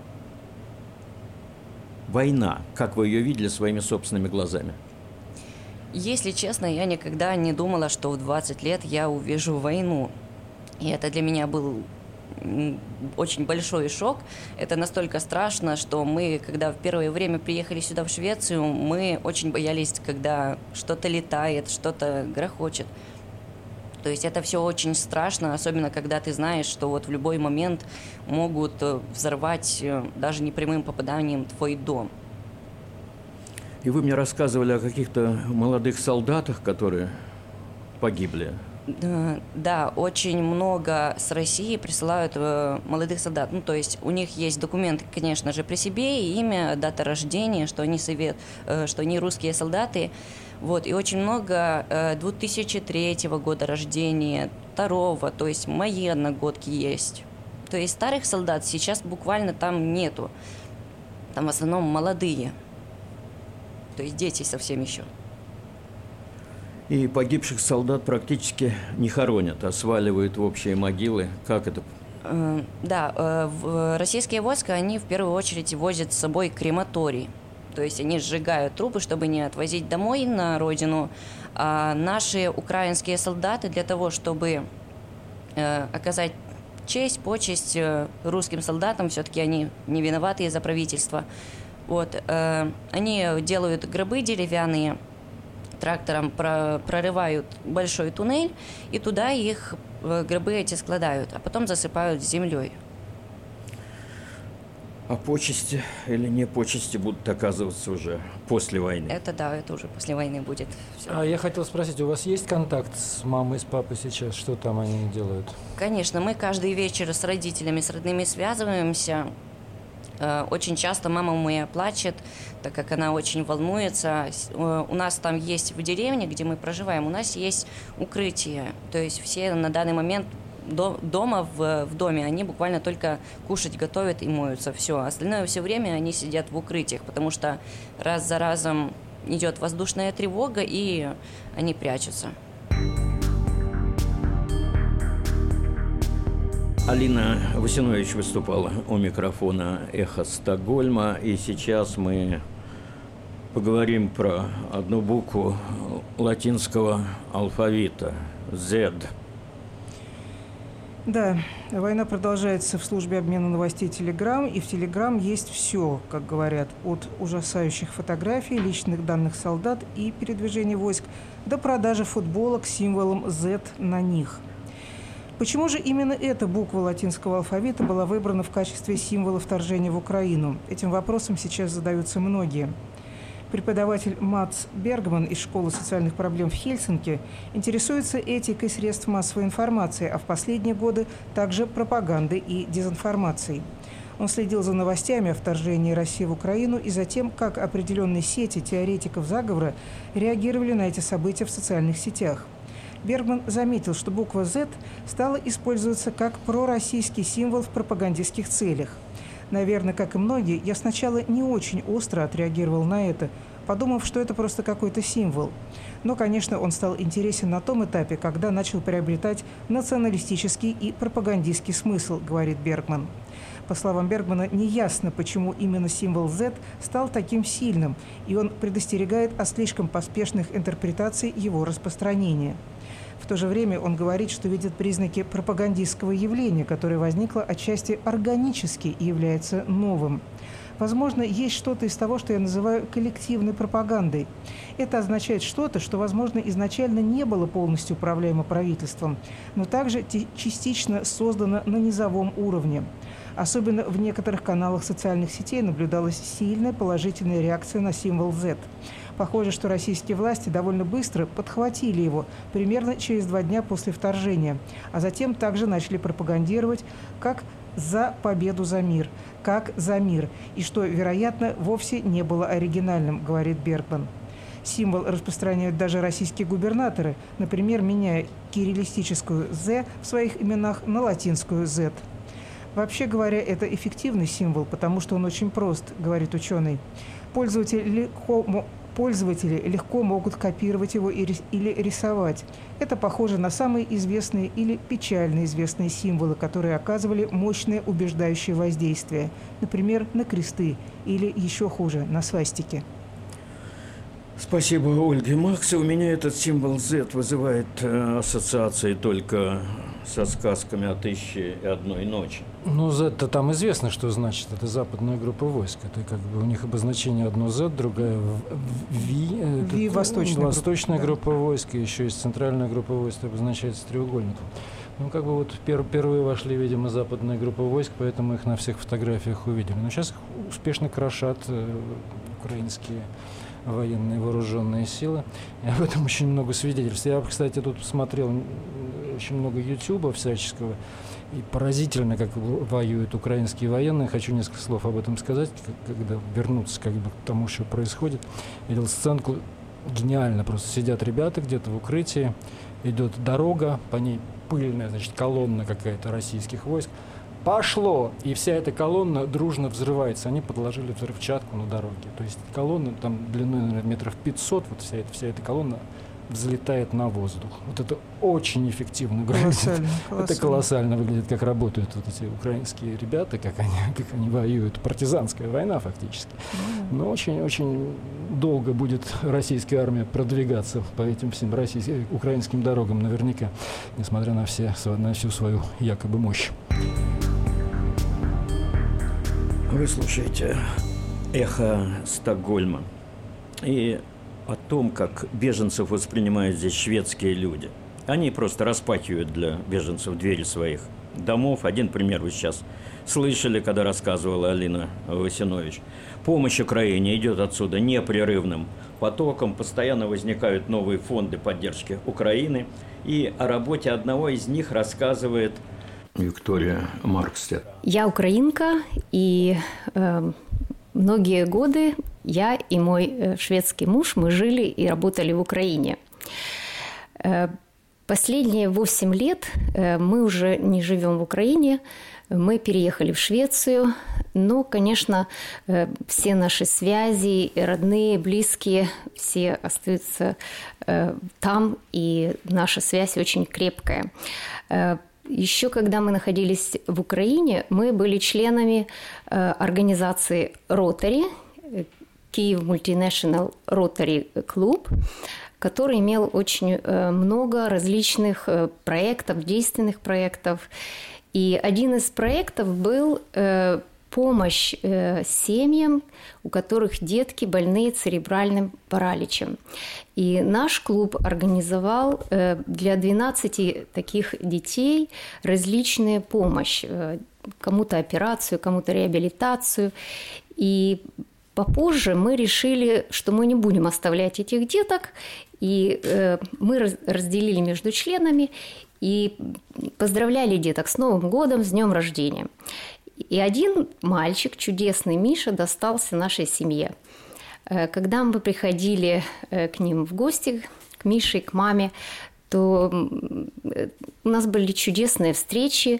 Война, как вы ее видели своими собственными глазами? Если честно, я никогда не думала, что в двадцать лет я увижу войну. И это для меня был очень большой шок. Это настолько страшно, что мы, когда в первое время приехали сюда, в Швецию, мы очень боялись, когда что-то летает, что-то грохочет. То есть это все очень страшно, особенно когда ты знаешь, что вот в любой момент могут взорвать даже непрямым попаданием твой дом. И вы мне рассказывали о каких-то молодых солдатах, которые погибли. Да, да, очень много с России присылают э, молодых солдат. Ну, то есть у них есть документы, конечно же, при себе, имя, дата рождения, что они, совет, э, что они русские солдаты. Вот, и очень много э, две тысячи третьего года рождения, второго, то есть мои одногодки есть. То есть старых солдат сейчас буквально там нету. Там в основном молодые. То есть дети совсем еще. И погибших солдат практически не хоронят, а сваливают в общие могилы. Как это? Э, да, э, в, российские войска, они в первую очередь возят с собой крематорий. То есть они сжигают трупы, чтобы не отвозить домой на родину. А наши украинские солдаты для того, чтобы э, оказать честь, почесть э, русским солдатам, все-таки они не виноваты из-за правительства. Вот, э, они делают гробы деревянные, трактором про, прорывают большой туннель, и туда их э, гробы эти складывают, а потом засыпают землей. А почести или не почести будут оказываться уже после войны? Это да, это уже после войны будет. Все. А я хотел спросить, у вас есть контакт с мамой, с папой сейчас? Что там они делают? Конечно, мы каждый вечер с родителями, с родными связываемся. Очень часто мама моя плачет, так как она очень волнуется. У нас там есть в деревне, где мы проживаем, у нас есть укрытие. То есть все на данный момент до, дома, в, в доме, они буквально только кушать готовят и моются. Все. Остальное все время они сидят в укрытиях, потому что раз за разом идет воздушная тревога, и они прячутся. Алина Васинович выступала у микрофона «Эхо Стокгольма», и сейчас мы поговорим про одну букву латинского алфавита – Z. Да, война продолжается в службе обмена новостей Telegram, и в Telegram есть все, как говорят, от ужасающих фотографий, личных данных солдат и передвижения войск до продажи футболок с символом Z на них. Почему же именно эта буква латинского алфавита была выбрана в качестве символа вторжения в Украину? Этим вопросом сейчас задаются многие. Преподаватель Матс Бергман из Школы социальных проблем в Хельсинки интересуется этикой средств массовой информации, а в последние годы также пропагандой и дезинформацией. Он следил за новостями о вторжении России в Украину и за тем, как определенные сети теоретиков заговора реагировали на эти события в социальных сетях. Бергман заметил, что буква Z стала использоваться как пророссийский символ в пропагандистских целях. Наверное, как и многие, я сначала не очень остро отреагировал на это, подумав, что это просто какой-то символ. Но, конечно, он стал интересен на том этапе, когда начал приобретать националистический и пропагандистский смысл, говорит Бергман. По словам Бергмана, неясно, почему именно символ Z стал таким сильным, и он предостерегает от слишком поспешных интерпретаций его распространения. В то же время он говорит, что видит признаки пропагандистского явления, которое возникло отчасти органически и является новым. Возможно, есть что-то из того, что я называю коллективной пропагандой. Это означает что-то, что, возможно, изначально не было полностью управляемо правительством, но также частично создано на низовом уровне. Особенно в некоторых каналах социальных сетей наблюдалась сильная положительная реакция на символ Z. Похоже, что российские власти довольно быстро подхватили его, примерно через два дня после вторжения, а затем также начали пропагандировать как «за победу за мир», как «за мир», и что, вероятно, вовсе не было оригинальным, говорит Бергман. Символ распространяют даже российские губернаторы, например, меняя кириллистическую «з» в своих именах на латинскую «z». Вообще говоря, это эффективный символ, потому что он очень прост, говорит ученый. Пользователи легко, пользователи легко могут копировать его или рисовать. Это похоже на самые известные или печально известные символы, которые оказывали мощное убеждающее воздействие. Например, на кресты или, еще хуже, на свастики. Спасибо, Ольге Макс. У меня этот символ Z вызывает э, ассоциации только со сказками о тысяче и одной ночи. Ну, Z-то там известно, что значит. Это западная группа войск. Это как бы у них обозначение одно Z, другая V. V – восточная, восточная группа, группа войск. И еще есть центральная группа войск, обозначается треугольником. Ну, как бы вот пер- впервые вошли, видимо, западная группа войск, поэтому их на всех фотографиях увидели. Но сейчас их успешно крошат э, украинские военные вооруженные силы. И об этом очень много свидетельств. Я, кстати, тут смотрел очень много ютуба всяческого. И поразительно, как воюют украинские военные. Хочу несколько слов об этом сказать, когда вернуться как бы к тому, что происходит. Видел сценку гениально. Просто сидят ребята где-то в укрытии, идет дорога, по ней пыльная, значит, колонна какая-то российских войск. Пошло! И вся эта колонна дружно взрывается. Они подложили взрывчатку на дороге. То есть колонна там длиной, наверное, метров пятьсот, вот вся эта, вся эта колонна взлетает на воздух. Вот это очень эффективно. Колоссально, колоссально. Это колоссально выглядит, как работают вот эти украинские ребята, как они, как они воюют. Партизанская война фактически. Но очень-очень долго будет российская армия продвигаться по этим всем российским, украинским дорогам наверняка, несмотря на, все, на всю свою якобы мощь. Вы слушаете «Эхо Стокгольма» и о том, как беженцев воспринимают здесь шведские люди. Они просто распахивают для беженцев двери своих домов. Один пример вы сейчас слышали, когда рассказывала Алина Васинович. Помощь Украине идет отсюда непрерывным потоком. Постоянно возникают новые фонды поддержки Украины. И о работе одного из них рассказывает Виктория Маркстед. Я украинка, и э, многие годы я и мой э, шведский муж, мы жили и работали в Украине. Э, последние восемь лет э, мы уже не живем в Украине, мы переехали в Швецию, но, конечно, э, все наши связи, родные, близкие, все остаются э, там, и наша связь очень крепкая. Э, Еще когда мы находились в Украине, мы были членами э, организации Rotary, Kyiv Multinational Rotary Club, который имел очень э, много различных э, проектов, действенных проектов. И один из проектов был э, помощь э, семьям, у которых детки больные церебральным параличем. И наш клуб организовал э, для двенадцати таких детей различную помощь. Э, кому-то операцию, кому-то реабилитацию. И попозже мы решили, что мы не будем оставлять этих деток. И э, мы раз, разделили между членами и поздравляли деток с Новым годом, с днем рождения. И один мальчик, чудесный Миша, достался нашей семье. Когда мы приходили к ним в гости, к Мише, к маме, то у нас были чудесные встречи,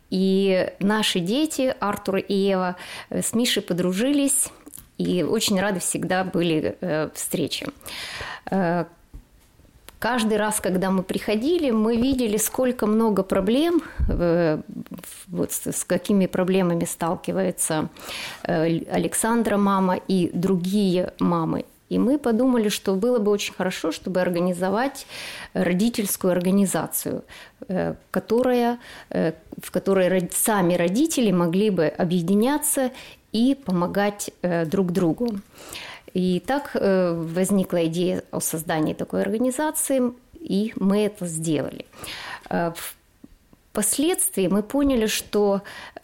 И наши дети, Артур и Ева, с Мишей подружились и очень рады всегда были э, встрече. Э, каждый раз, когда мы приходили, мы видели, сколько много проблем, э, вот с, с какими проблемами сталкивается э, Александра мама и другие мамы. И мы подумали, что было бы очень хорошо, чтобы организовать родительскую организацию, которая, в которой сами родители могли бы объединяться и помогать друг другу. И так возникла идея о создании такой организации, и мы это сделали. Впоследствии мы поняли, что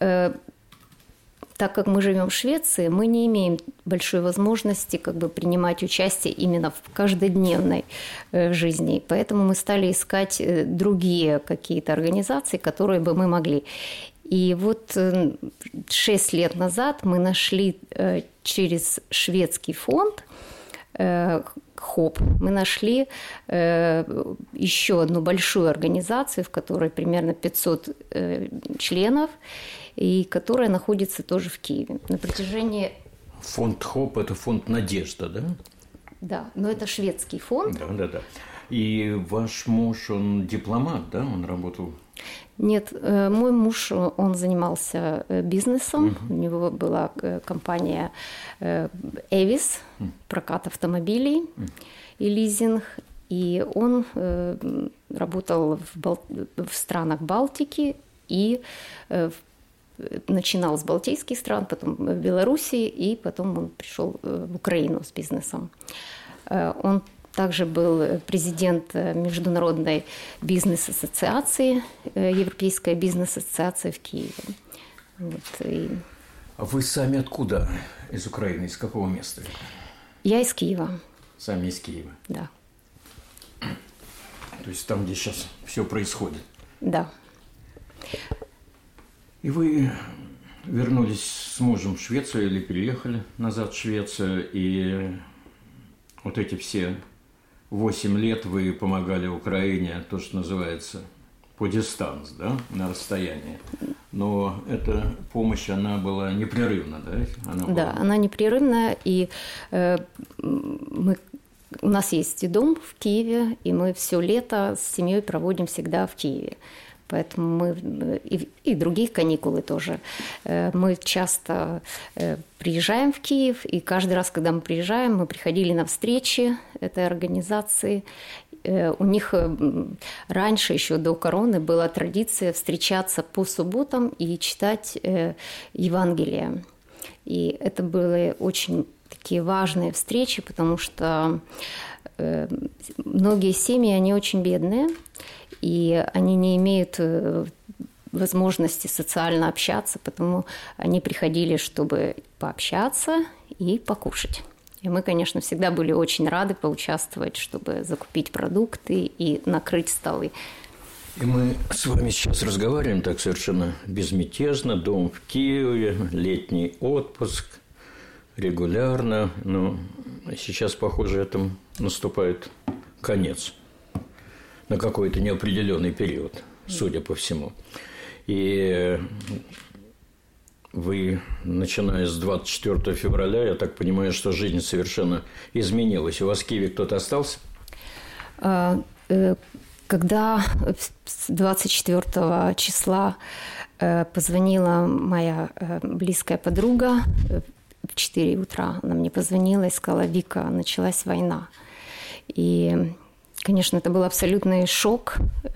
так как мы живем в Швеции, мы не имеем большой возможности как бы принимать участие именно в каждодневной э, жизни. Поэтому мы стали искать другие какие-то организации, которые бы мы могли. И вот э, шесть лет назад мы нашли э, через шведский фонд э, ХОП, мы нашли э, еще одну большую организацию, в которой примерно пятьсот э, членов, и которая находится тоже в Киеве. На протяжении... Фонд ХОП – это фонд «Надежда», да? Да, но это шведский фонд. Да, да, да. И ваш муж, он дипломат, да? Он работал... Нет, мой муж, он занимался бизнесом. Uh-huh. У него была компания «Эвис», прокат автомобилей uh-huh. и лизинг. И он работал в, Бал... в странах Балтики и в начинал с балтийских стран, потом в Белоруссии, и потом он пришел в Украину с бизнесом. Он также был президент Международной бизнес-ассоциации, Европейская бизнес-ассоциация в Киеве. Вот, и... А вы сами откуда? Из Украины? Из какого места? Я из Киева. Сами из Киева? Да. То есть там, где сейчас все происходит? Да. И вы вернулись с мужем в Швецию или переехали назад в Швецию, и вот эти все восемь лет вы помогали Украине, то, что называется, по дистанс, да, на расстоянии. Но эта помощь, она была непрерывна, да? Она была... Да, она непрерывная, и э, мы... у нас есть и дом в Киеве, и мы все лето с семьей проводим всегда в Киеве. Поэтому мы и, и других каникулы тоже. Мы часто приезжаем в Киев, и каждый раз, когда мы приезжаем, мы приходили на встречи этой организации. У них раньше, еще до короны, была традиция встречаться по субботам и читать Евангелие. И это были очень такие важные встречи, потому что многие семьи, они очень бедные, и они не имеют возможности социально общаться, потому они приходили, чтобы пообщаться и покушать. И мы, конечно, всегда были очень рады поучаствовать, чтобы закупить продукты и накрыть столы. И мы с вами сейчас разговариваем так совершенно безмятежно. Дом в Киеве, летний отпуск, регулярно. Но сейчас, похоже, этому наступает конец на какой-то неопределенный период, судя по всему. И вы, начиная с двадцать четвёртого февраля, я так понимаю, что жизнь совершенно изменилась. У вас в Киеве кто-то остался? Когда двадцать четвёртого числа позвонила моя близкая подруга, в четыре утра она мне позвонила и сказала: «Вика, началась война». И, конечно, это был абсолютный шок.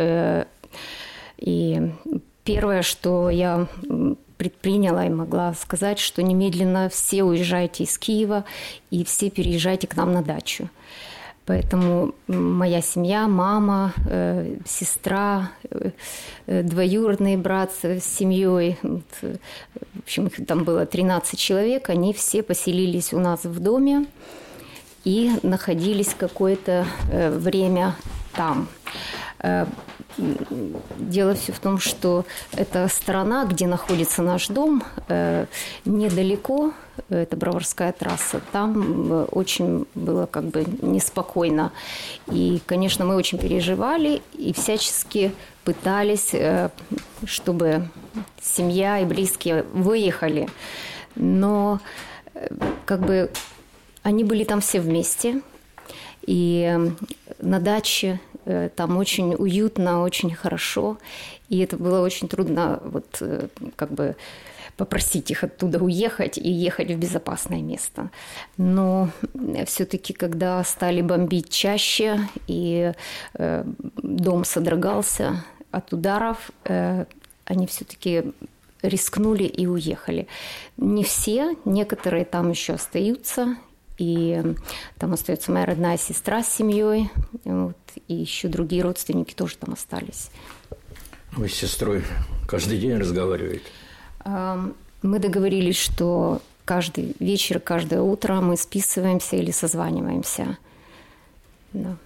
И первое, что я предприняла и могла сказать, что немедленно все уезжайте из Киева и все переезжайте к нам на дачу. Поэтому моя семья, мама, э, сестра, э, двоюродный брат с семьей, вот, в общем, их там было тринадцать человек, они все поселились у нас в доме и находились какое-то э, время там. Дело все в том, что эта сторона, где находится наш дом, недалеко, это Броварская трасса, там очень было как бы неспокойно. И, конечно, мы очень переживали и всячески пытались, чтобы семья и близкие выехали. Но как бы они были там все вместе. И на даче там очень уютно, очень хорошо. И это было очень трудно вот, как бы попросить их оттуда уехать и ехать в безопасное место. Но все-таки, когда стали бомбить чаще, и э, дом содрогался от ударов, э, они все-таки рискнули и уехали. Не все, некоторые там еще остаются. И там остается моя родная сестра с семьей, вот, и еще другие родственники тоже там остались. Вы с сестрой каждый день разговариваете? Мы договорились, что каждый вечер, каждое утро мы списываемся или созваниваемся. Да.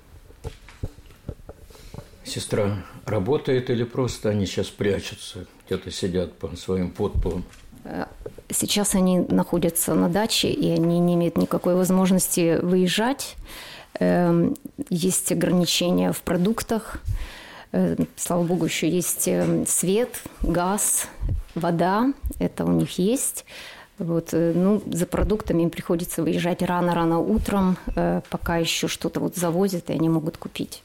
Сестра работает или просто они сейчас прячутся, где-то сидят по своим подполам? Сейчас они находятся на даче, и они не имеют никакой возможности выезжать. Есть ограничения в продуктах. Слава богу, еще есть свет, газ, вода. Это у них есть. Вот, ну, за продуктами им приходится выезжать рано-рано утром, пока еще что-то вот завозят, и они могут купить.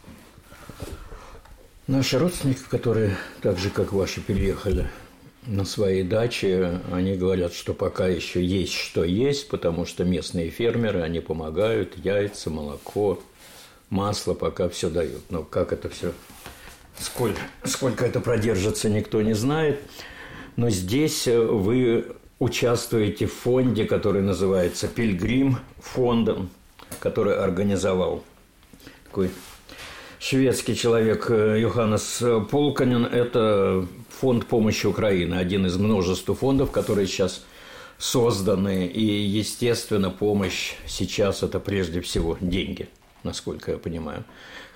Наши родственники, которые так же, как ваши, переехали на своей даче, они говорят, что пока еще есть что есть, потому что местные фермеры, они помогают, яйца, молоко, масло пока все дают. Но как это все, сколько, сколько это продержится, никто не знает. Но здесь вы участвуете в фонде, который называется «Пилигрим фондом», который организовал такой шведский человек Йоханнес Полканен. Это фонд помощи Украине, один из множества фондов, которые сейчас созданы. И, естественно, помощь сейчас – это прежде всего деньги, насколько я понимаю.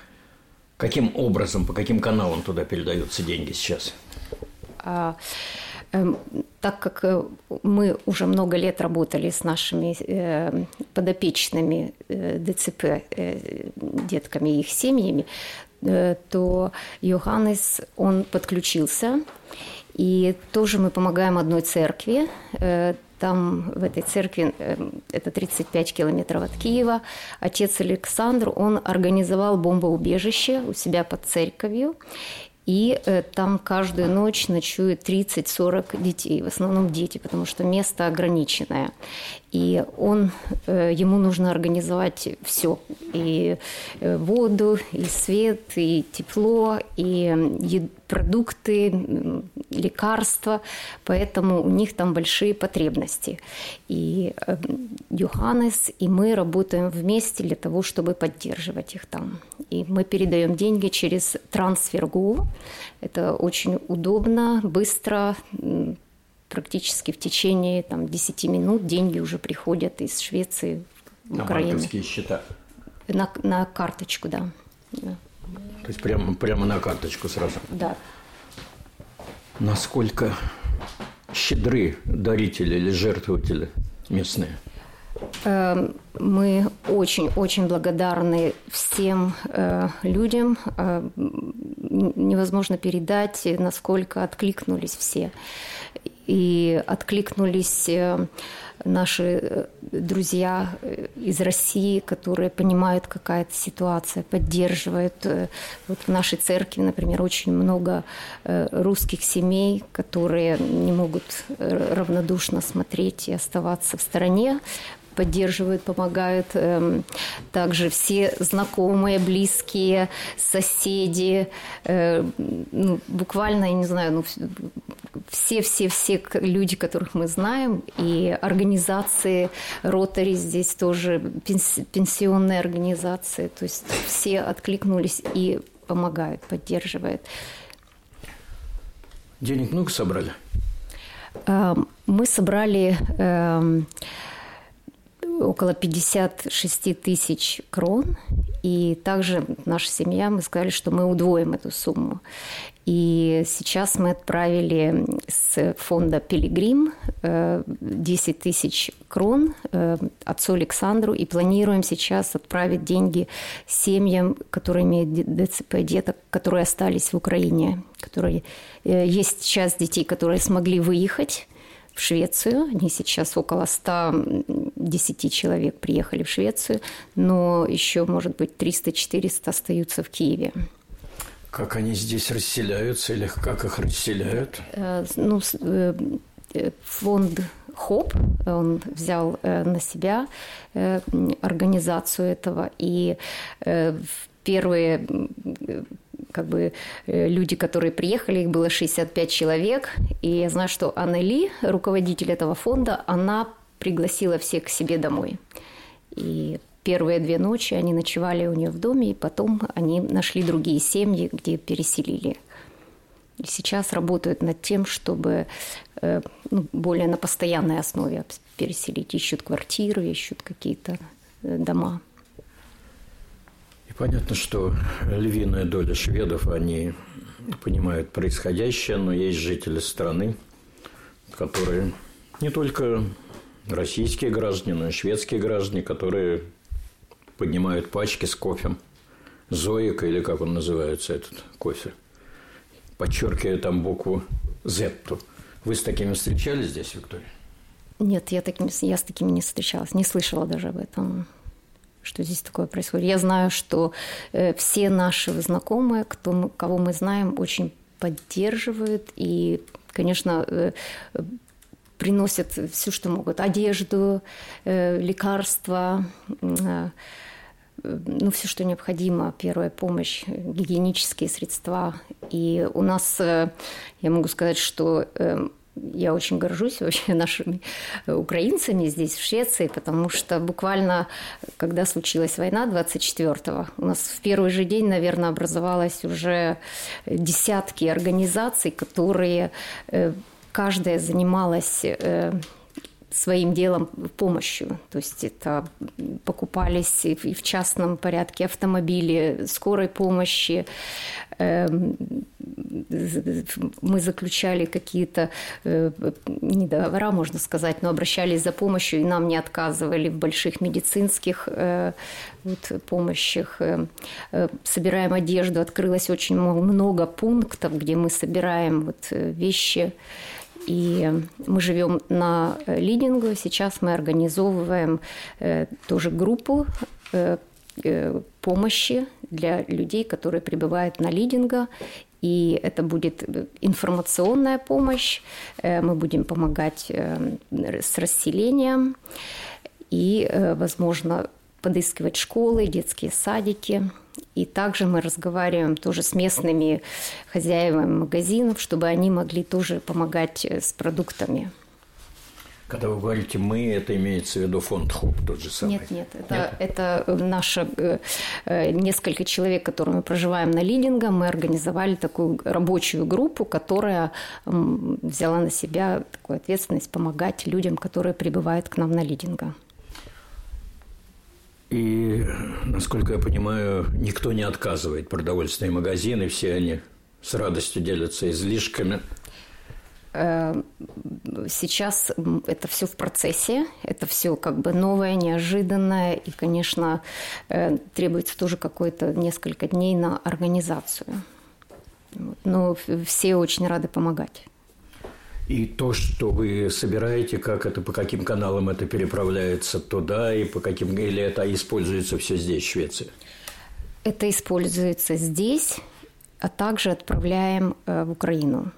Каким образом, по каким каналам туда передаются деньги сейчас? А, э, так как мы уже много лет работали с нашими э, подопечными э, ДЦП, э, детками и их семьями, э, то Йоханнес, он подключился. И тоже мы помогаем одной церкви. Э, Там, в этой церкви, это тридцать пять километров от Киева, отец Александр, он организовал бомбоубежище у себя под церковью. И э, там каждую ночь ночует тридцать-сорок детей, в основном дети, потому что место ограниченное. И он, э, ему нужно организовать все, и э, воду, и свет, и тепло, и э, продукты, лекарства, поэтому у них там большие потребности. И э, Йоханнес и мы работаем вместе для того, чтобы поддерживать их там. И мы передаем деньги через TransferGo. Это очень удобно, быстро, практически в течение там, десяти минут деньги уже приходят из Швеции в на Украину. На банковские счета? На, на карточку, да. да. То есть прямо, прямо на карточку сразу? Да. Насколько щедры дарители или жертвователи местные? Мы очень-очень благодарны всем э, людям. Э, невозможно передать, насколько откликнулись все. И откликнулись э, наши друзья из России, которые понимают, какая это ситуация, поддерживают. Вот в нашей церкви, например, очень много э, русских семей, которые не могут равнодушно смотреть и оставаться в стороне, поддерживают, помогают. Также все знакомые, близкие, соседи, ну, буквально, я не знаю, ну, все-все-все люди, которых мы знаем, и организации, Ротари здесь тоже, пенсионные организации, то есть все откликнулись и помогают, поддерживают. Денег много собрали? Мы собрали около пятьдесят шесть тысяч крон. И также наша семья, мы сказали, что мы удвоим эту сумму. И сейчас мы отправили с фонда «Пилигрим» десять тысяч крон отцу Александру и планируем сейчас отправить деньги семьям, которые имеют ДЦП, деток, которые остались в Украине. Которые... Есть сейчас детей, которые смогли выехать в Швецию. Они сейчас около ста десяти человек приехали в Швецию, но еще, может быть, триста-четыреста остаются в Киеве. Как они здесь расселяются или как их расселяют? Ну, фонд ХОП, он взял на себя организацию этого, и первые как бы люди, которые приехали, их было шестьдесят пять человек, и я знаю, что Анна Ли, руководитель этого фонда, она пригласила всех к себе домой. И первые две ночи они ночевали у нее в доме, и потом они нашли другие семьи, где переселили. И сейчас работают над тем, чтобы ну, более на постоянной основе переселить. Ищут квартиры, ищут какие-то дома. И понятно, что львиная доля шведов, они понимают происходящее, но есть жители страны, которые не только российские граждане, но и шведские граждане, которые поднимают пачки с кофе, Зоика, или как он называется, этот кофе, подчеркивая там букву Z. Вы с такими встречались здесь, Виктория? Нет, я, такими, я с такими не встречалась, не слышала даже об этом, что здесь такое происходит. Я знаю, что э, все наши знакомые, кто, кого мы знаем, очень поддерживают и, конечно, э, приносят все, что могут. Одежду, э, лекарства, э, ну, все, что необходимо, первая помощь, гигиенические средства. И у нас, э, я могу сказать, что э, я очень горжусь вообще нашими украинцами здесь, в Швеции, потому что буквально, когда случилась война двадцать четвёртого, у нас в первый же день, наверное, образовалось уже десятки организаций, которые э, каждая занималась э, своим делом, помощью. То есть это покупались и в частном порядке автомобили скорой помощи. Мы заключали какие-то не договора, можно сказать, но обращались за помощью, и нам не отказывали в больших медицинских вот, помощях. Собираем одежду. Открылось очень много пунктов, где мы собираем вот, вещи. И мы живем на Лидингу. Сейчас мы организовываем э, тоже группу э, э, помощи для людей, которые прибывают на Лидинго. И это будет информационная помощь. Э, мы будем помогать э, с расселением и, э, возможно, подыскивать школы, детские садики. И также мы разговариваем тоже с местными хозяевами магазинов, чтобы они могли тоже помогать с продуктами. Когда вы говорите «мы», это имеется в виду фонд ХОП тот же самый? Нет, нет. Это, нет? это наше э, несколько человек, которые мы проживаем на Лидинго. Мы организовали такую рабочую группу, которая э, взяла на себя такую ответственность помогать людям, которые прибывают к нам на Лидинго. И, насколько я понимаю, никто не отказывает продовольственные магазины, все они с радостью делятся излишками. Сейчас это все в процессе, это все как бы новое, неожиданное, и, конечно, требуется тоже какое-то несколько дней на организацию. Но все очень рады помогать. И то, что вы собираете, как это, по каким каналам это переправляется туда, и по каким, или это используется все здесь, в Швеции? Это используется здесь, а также отправляем э, в Украину.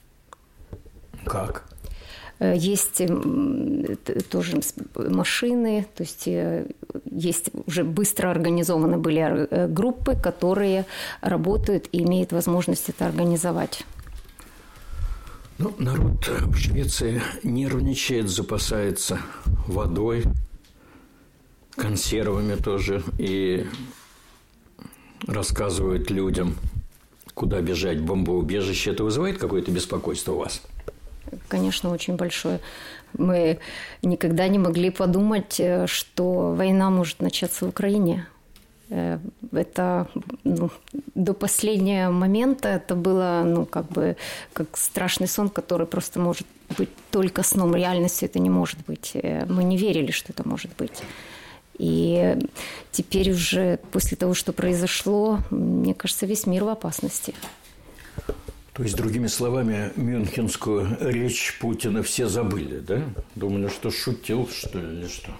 Как? Есть э, тоже машины, то есть э, есть уже быстро организованы были э, группы, которые работают и имеют возможность это организовать. Ну, народ в Швеции нервничает, запасается водой, консервами тоже, и рассказывают людям, куда бежать в бомбоубежище. Это вызывает какое-то беспокойство у вас? конечно, очень большое. Мы никогда не могли подумать, что война может начаться в Украине. Это ну, до последнего момента это было ну, как бы как страшный сон, который просто может быть только сном. Реальностью это не может быть. Мы не верили, что это может быть. И теперь уже после того, что произошло, мне кажется, весь мир в опасности. То есть, другими словами, мюнхенскую речь Путина все забыли, да? Думали, что шутил, что ли, или что?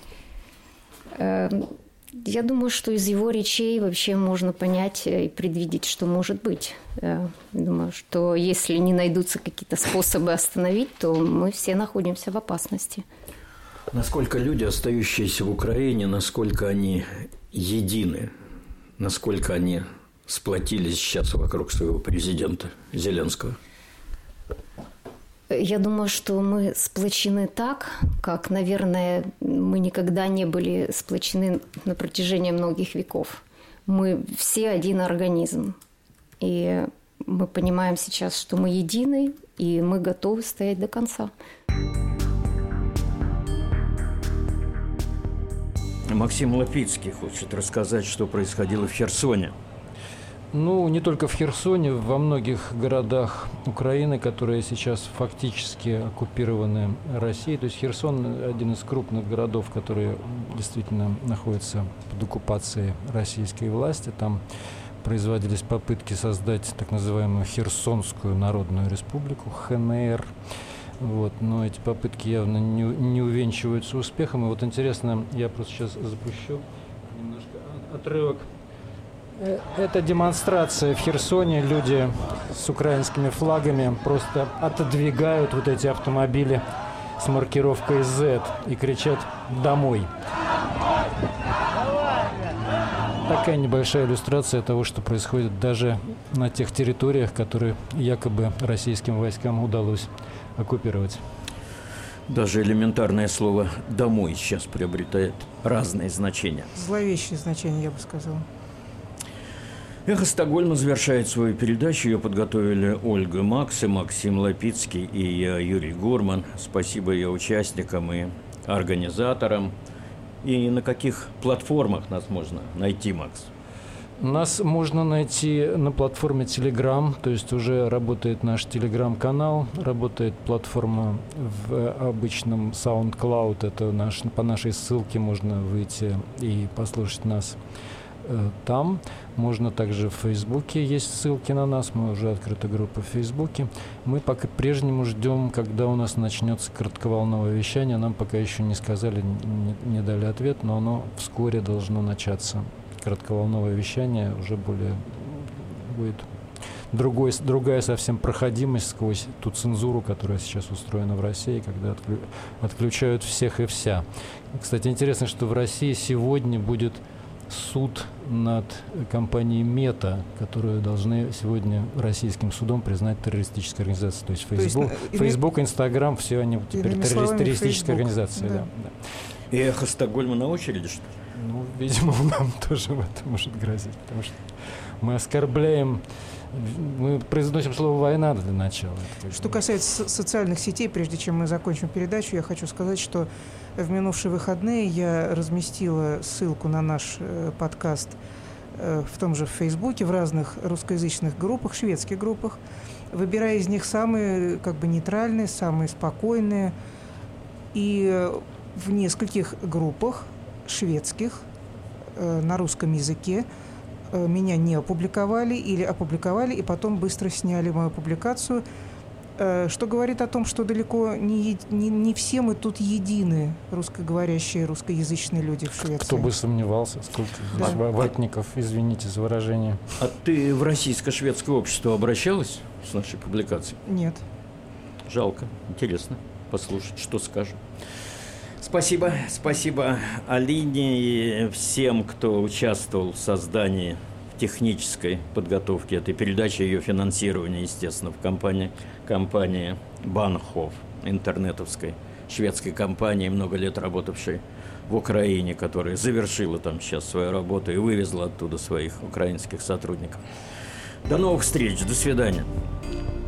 Я думаю, что из его речей вообще можно понять и предвидеть, что может быть. Я думаю, что если не найдутся какие-то способы остановить, то мы все находимся в опасности. Насколько люди, остающиеся в Украине, насколько они едины, насколько они сплотились сейчас вокруг своего президента Зеленского? Я думаю, что мы сплочены так, как, наверное, мы никогда не были сплочены на протяжении многих веков. Мы все один организм. И мы понимаем сейчас, что мы едины, и мы готовы стоять до конца. Максим Лапицкий хочет рассказать, что происходило в Херсоне. Ну, не только в Херсоне, во многих городах Украины, которые сейчас фактически оккупированы Россией. То есть Херсон – один из крупных городов, которые действительно находятся под оккупацией российской власти. Там производились попытки создать так называемую Херсонскую Народную Республику, ха эн эр. Вот, но эти попытки явно не, не увенчиваются успехом. И вот интересно, я просто сейчас запущу немножко отрывок. Это демонстрация в Херсоне. Люди с украинскими флагами просто отодвигают вот эти автомобили с маркировкой зет и кричат «Домой!». Такая небольшая иллюстрация того, что происходит даже на тех территориях, которые якобы российским войскам удалось оккупировать. Даже элементарное слово «домой» сейчас приобретает разные значения. Зловещие значения, я бы сказала. «Эхо Стокгольма» завершает свою передачу. Ее подготовили Ольга Макс и Максим Лапицкий и я, Юрий Гурман. Спасибо ее участникам и организаторам. И на каких платформах нас можно найти, Макс? Нас можно найти на платформе Telegram, то есть уже работает наш Telegram-канал, работает платформа в обычном SoundCloud, это наш, по нашей ссылке можно выйти и послушать нас э, там. Можно также в Фейсбуке, есть ссылки на нас, мы уже открыта группа в Фейсбуке. Мы пока прежнему ждем, когда у нас начнется коротковолновое вещание, нам пока еще не сказали, не, не дали ответ, но оно вскоре должно начаться. Коротковолновое вещание уже более будет другой, другая совсем проходимость сквозь ту цензуру, которая сейчас устроена в России, когда отклю, отключают всех и вся. Кстати, интересно, что в России сегодня будет суд над компанией Мета, которую должны сегодня российским судом признать террористической организацией. То есть Facebook, То есть, Facebook Instagram, все они теперь террористические организации. Да. Да. И «Эхо Стокгольма» на очереди, что ли? Ну, видимо, нам тоже в этом может грозить, потому что мы оскорбляем, мы произносим слово «война» для начала. Что касается социальных сетей, прежде чем мы закончим передачу, я хочу сказать, что в минувшие выходные я разместила ссылку на наш э, подкаст э, в том же Фейсбуке, в разных русскоязычных группах, шведских группах, выбирая из них самые как бы нейтральные, самые спокойные. И в нескольких группах шведских э, на русском языке э, меня не опубликовали или опубликовали и потом быстро сняли мою публикацию, э, что говорит о том, что далеко не, не, не все мы тут едины, русскоговорящие, русскоязычные люди в Швеции. Кто бы сомневался, сколько да. здесь ватников, извините за выражение. А ты в российско-шведское общество обращалась с нашей публикацией? Нет. Жалко. Интересно послушать, что скажем. Спасибо. Спасибо Алине и всем, кто участвовал в создании технической подготовки этой передачи, ее финансирования, естественно, в компании, компании Банхоф, интернетовской шведской компании, много лет работавшей в Украине, которая завершила там сейчас свою работу и вывезла оттуда своих украинских сотрудников. До новых встреч. До свидания.